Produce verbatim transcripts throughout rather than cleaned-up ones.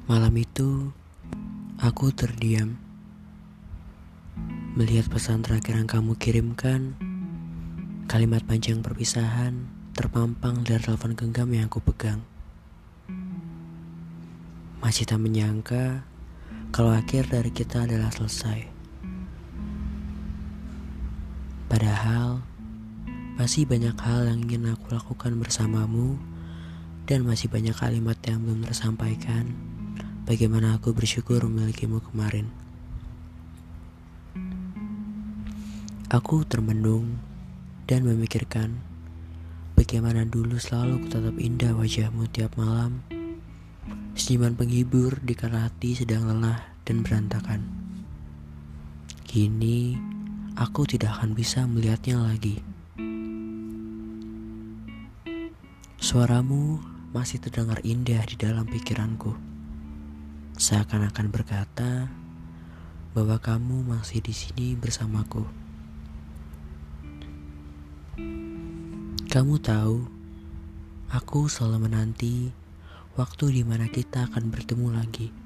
Malam itu, aku terdiam melihat pesan terakhir yang kamu kirimkan. Kalimat panjang perpisahan terpampang dari telepon genggam yang aku pegang. Masih tak menyangka kalau akhir dari kita adalah selesai. Padahal masih banyak hal yang ingin aku lakukan bersamamu, dan masih banyak kalimat yang belum tersampaikan. Bagaimana aku bersyukur memilikimu kemarin. Aku termenung dan memikirkan bagaimana dulu selalu ku tatap indah wajahmu tiap malam, senyuman penghibur di kala hati sedang lelah dan berantakan. Kini aku tidak akan bisa melihatnya lagi. Suaramu masih terdengar indah di dalam pikiranku, seakan-akan berkata bahwa kamu masih di sini bersamaku. Kamu tahu, aku selalu menanti waktu di mana kita akan bertemu lagi.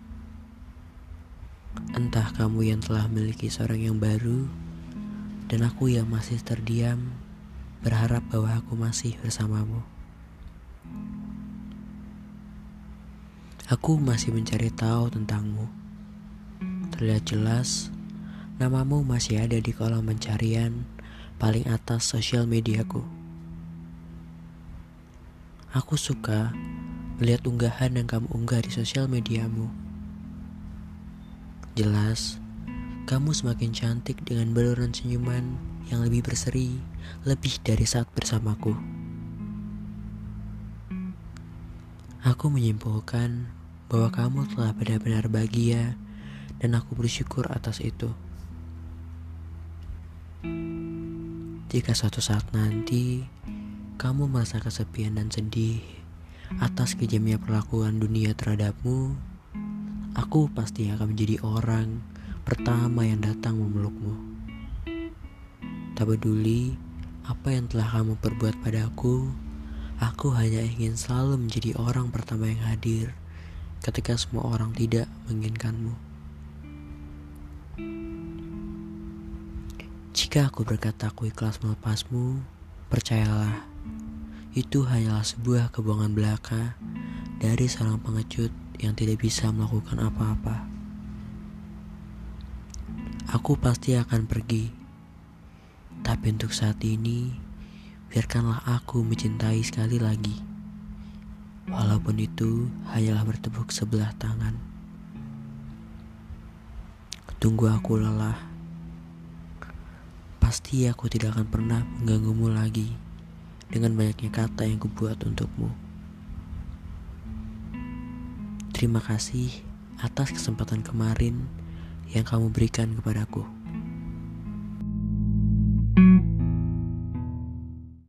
Entah kamu yang telah memiliki seorang yang baru, dan aku yang masih terdiam berharap bahwa aku masih bersamamu. Aku masih mencari tahu tentangmu. Terlihat jelas, namamu masih ada di kolom pencarian paling atas sosial mediaku. Aku suka melihat unggahan yang kamu unggah di sosial mediamu. Jelas, kamu semakin cantik dengan baluran senyuman yang lebih berseri, lebih dari saat bersamaku. Aku menyimpulkan bahwa kamu telah benar-benar bahagia, dan aku bersyukur atas itu. Jika suatu saat nanti kamu merasa kesepian dan sedih atas kejamnya perlakuan dunia terhadapmu, aku pasti akan menjadi orang pertama yang datang memelukmu. Tak peduli apa yang telah kamu perbuat padaku, aku hanya ingin selalu menjadi orang pertama yang hadir ketika semua orang tidak menginginkanmu. Jika aku berkata aku ikhlas melepasmu, percayalah, itu hanyalah sebuah kebohongan belaka dari seorang pengecut yang tidak bisa melakukan apa-apa. Aku pasti akan pergi, tapi untuk saat ini, biarkanlah aku mencintai sekali lagi, walaupun itu hanyalah bertepuk sebelah tangan. Tunggu aku lelah, pasti aku tidak akan pernah mengganggumu lagi dengan banyaknya kata yang kubuat untukmu. Terima kasih atas kesempatan kemarin yang kamu berikan kepadaku.